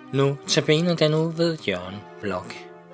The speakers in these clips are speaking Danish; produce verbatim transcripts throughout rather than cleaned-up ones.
Nu tabiner den ud ved Jørgen Blok.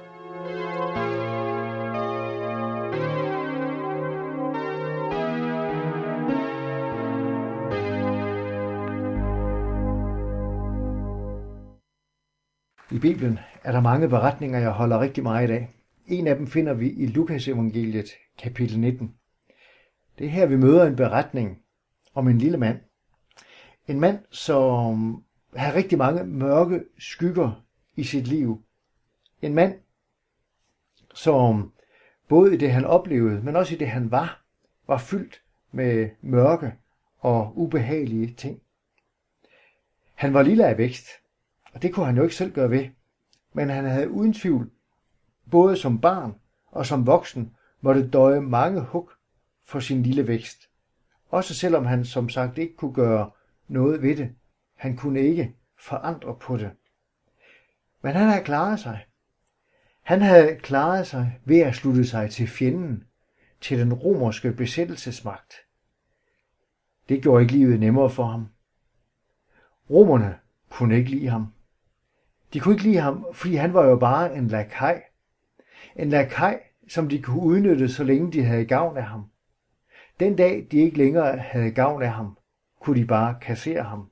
I Bibelen er der mange beretninger, jeg holder rigtig meget af. En af dem finder vi i Lukas evangeliet, kapitel nitten. Det er her, vi møder en beretning om en lille mand. En mand, som har rigtig mange mørke skygger i sit liv. En mand, som både i det, han oplevede, men også i det, han var, var fyldt med mørke og ubehagelige ting. Han var lille af vækst, og det kunne han jo ikke selv gøre ved. Men han havde uden tvivl, både som barn og som voksen, måtte døje mange hug for sin lille vækst. Også selvom han som sagt ikke kunne gøre noget ved det. Han kunne ikke forandre på det. Men han havde klaret sig. Han havde klaret sig ved at slutte sig til fjenden, til den romerske besættelsesmagt. Det gjorde ikke livet nemmere for ham. Romerne kunne ikke lide ham. De kunne ikke lide ham, fordi han var jo bare en lakaj. En lakaj, som de kunne udnytte, så længe de havde gavn af ham. Den dag, de ikke længere havde gavn af ham, kunne de bare kassere ham.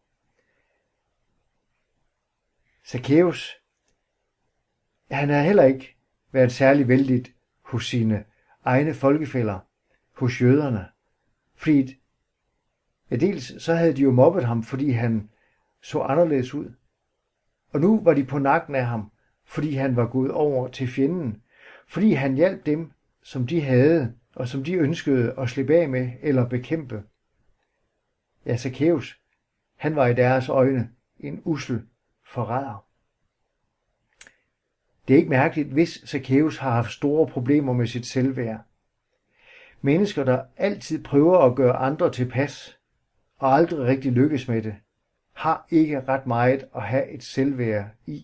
Zakæus, han havde heller ikke været særlig vældigt hos sine egne folkefæller, hos jøderne. Fordi, ja, dels så havde de jo mobbet ham, fordi han så anderledes ud. Og nu var de på nakken af ham, fordi han var gået over til fjenden. Fordi han hjalp dem, som de havde, og som de ønskede at slippe af med eller bekæmpe. Ja, Zakæus, han var i deres øjne en ussel forræder. Det er ikke mærkeligt, hvis Zakæus har haft store problemer med sit selvværd. Mennesker, der altid prøver at gøre andre tilpas, og aldrig rigtig lykkes med det, har ikke ret meget at have et selvværd i.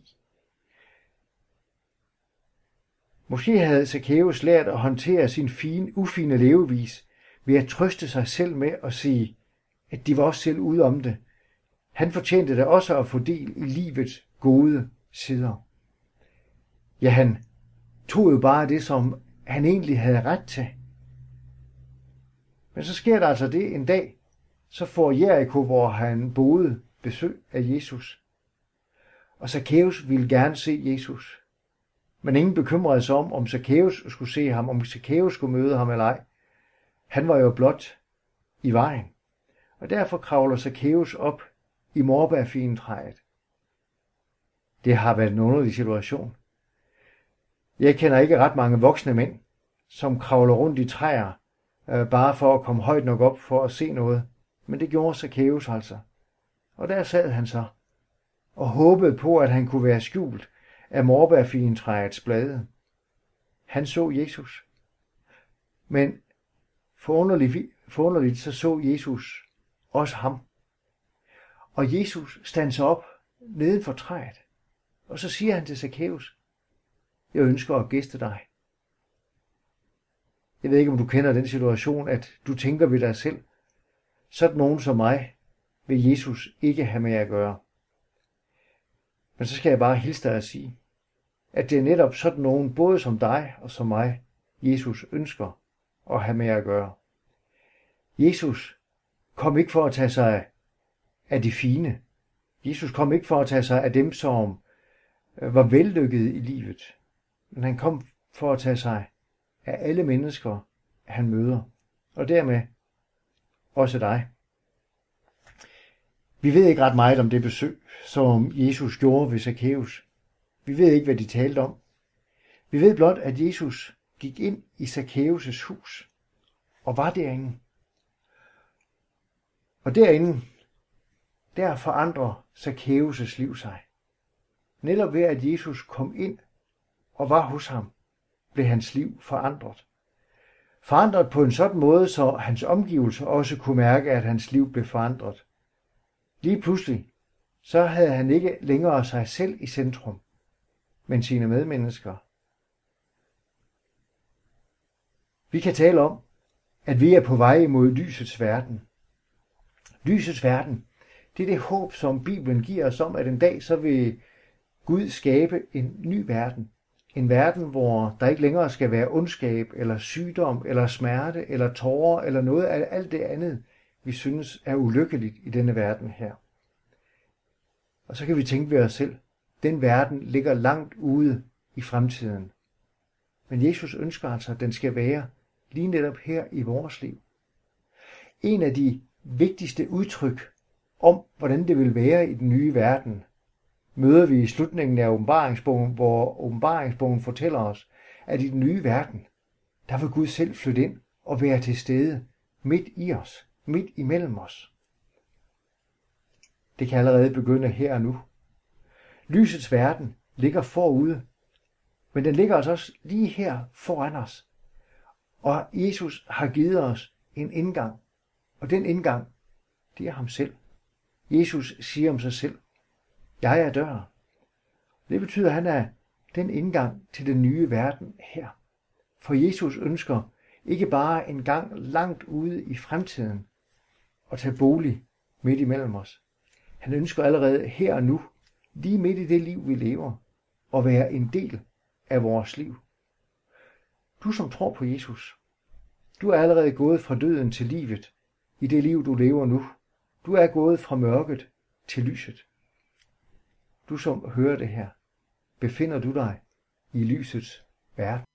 Måske havde Zakæus lært at håndtere sin fine, ufine levevis ved at trøste sig selv med at sige, at de var også selv ude om det. Han fortjente da også at få del i livets gode sider. Ja, han tog jo bare det, som han egentlig havde ret til. Men så sker der altså det en dag, så får Jericho, hvor han boede, besøg af Jesus. Og Zakæus ville gerne se Jesus. Men ingen bekymrede sig om, om Zakæus skulle se ham, om Zakæus skulle møde ham eller ej. Han var jo blot i vejen. Og derfor kravler Zakæus op i morbærfigentræet. Det har været en underlig situation. Jeg kender ikke ret mange voksne mænd, som kravler rundt i træer, øh, bare for at komme højt nok op for at se noget. Men det gjorde Zakæus altså. Og der sad han så, og håbede på, at han kunne være skjult af morbærfigentræets blade. Han så Jesus. Men forunderligt, forunderligt så så Jesus også ham. Og Jesus standser op neden for træet, og så siger han til Zakæus, jeg ønsker at gæste dig. Jeg ved ikke, om du kender den situation, at du tænker ved dig selv, sådan nogen som mig vil Jesus ikke have med at gøre. Men så skal jeg bare hilse dig at sige, at det er netop sådan nogen, både som dig og som mig, Jesus ønsker at have med at gøre. Jesus kom ikke for at tage sig af de fine. Jesus kom ikke for at tage sig af dem, som var vellykkede i livet. Men han kom for at tage sig af alle mennesker, han møder. Og dermed også dig. Vi ved ikke ret meget om det besøg, som Jesus gjorde ved Zakæus. Vi ved ikke, hvad de talte om. Vi ved blot, at Jesus gik ind i Zakæus' hus og var derinde. Og derinde, der forandrer Zakæus' liv sig. Netop ved, at Jesus kom ind og var hos ham, blev hans liv forandret. Forandret på en sådan måde, så hans omgivelser også kunne mærke, at hans liv blev forandret. Lige pludselig, så havde han ikke længere sig selv i centrum, men sine medmennesker. Vi kan tale om, at vi er på vej imod lysets verden. Lysets verden, det er det håb, som Bibelen giver os om, at en dag så vil Gud skabe en ny verden. En verden, hvor der ikke længere skal være ondskab, eller sygdom, eller smerte, eller tårer, eller noget af alt det andet, vi synes er ulykkeligt i denne verden her. Og så kan vi tænke ved os selv, den verden ligger langt ude i fremtiden. Men Jesus ønsker altså, at den skal være lige netop her i vores liv. En af de vigtigste udtryk om, hvordan det vil være i den nye verden, møder vi i slutningen af åbenbaringsbogen, hvor åbenbaringsbogen fortæller os, at i den nye verden, der vil Gud selv flytte ind og være til stede midt i os, midt imellem os. Det kan allerede begynde her og nu. Lysets verden ligger forude, men den ligger altså også lige her foran os. Og Jesus har givet os en indgang, og den indgang, det er ham selv. Jesus siger om sig selv, jeg er døren. Det betyder, at han er den indgang til den nye verden her. For Jesus ønsker ikke bare en gang langt ude i fremtiden at tage bolig midt imellem os. Han ønsker allerede her og nu, lige midt i det liv, vi lever, at være en del af vores liv. Du som tror på Jesus, du er allerede gået fra døden til livet i det liv, du lever nu. Du er gået fra mørket til lyset. Du som hører det her, befinder du dig i lysets verden.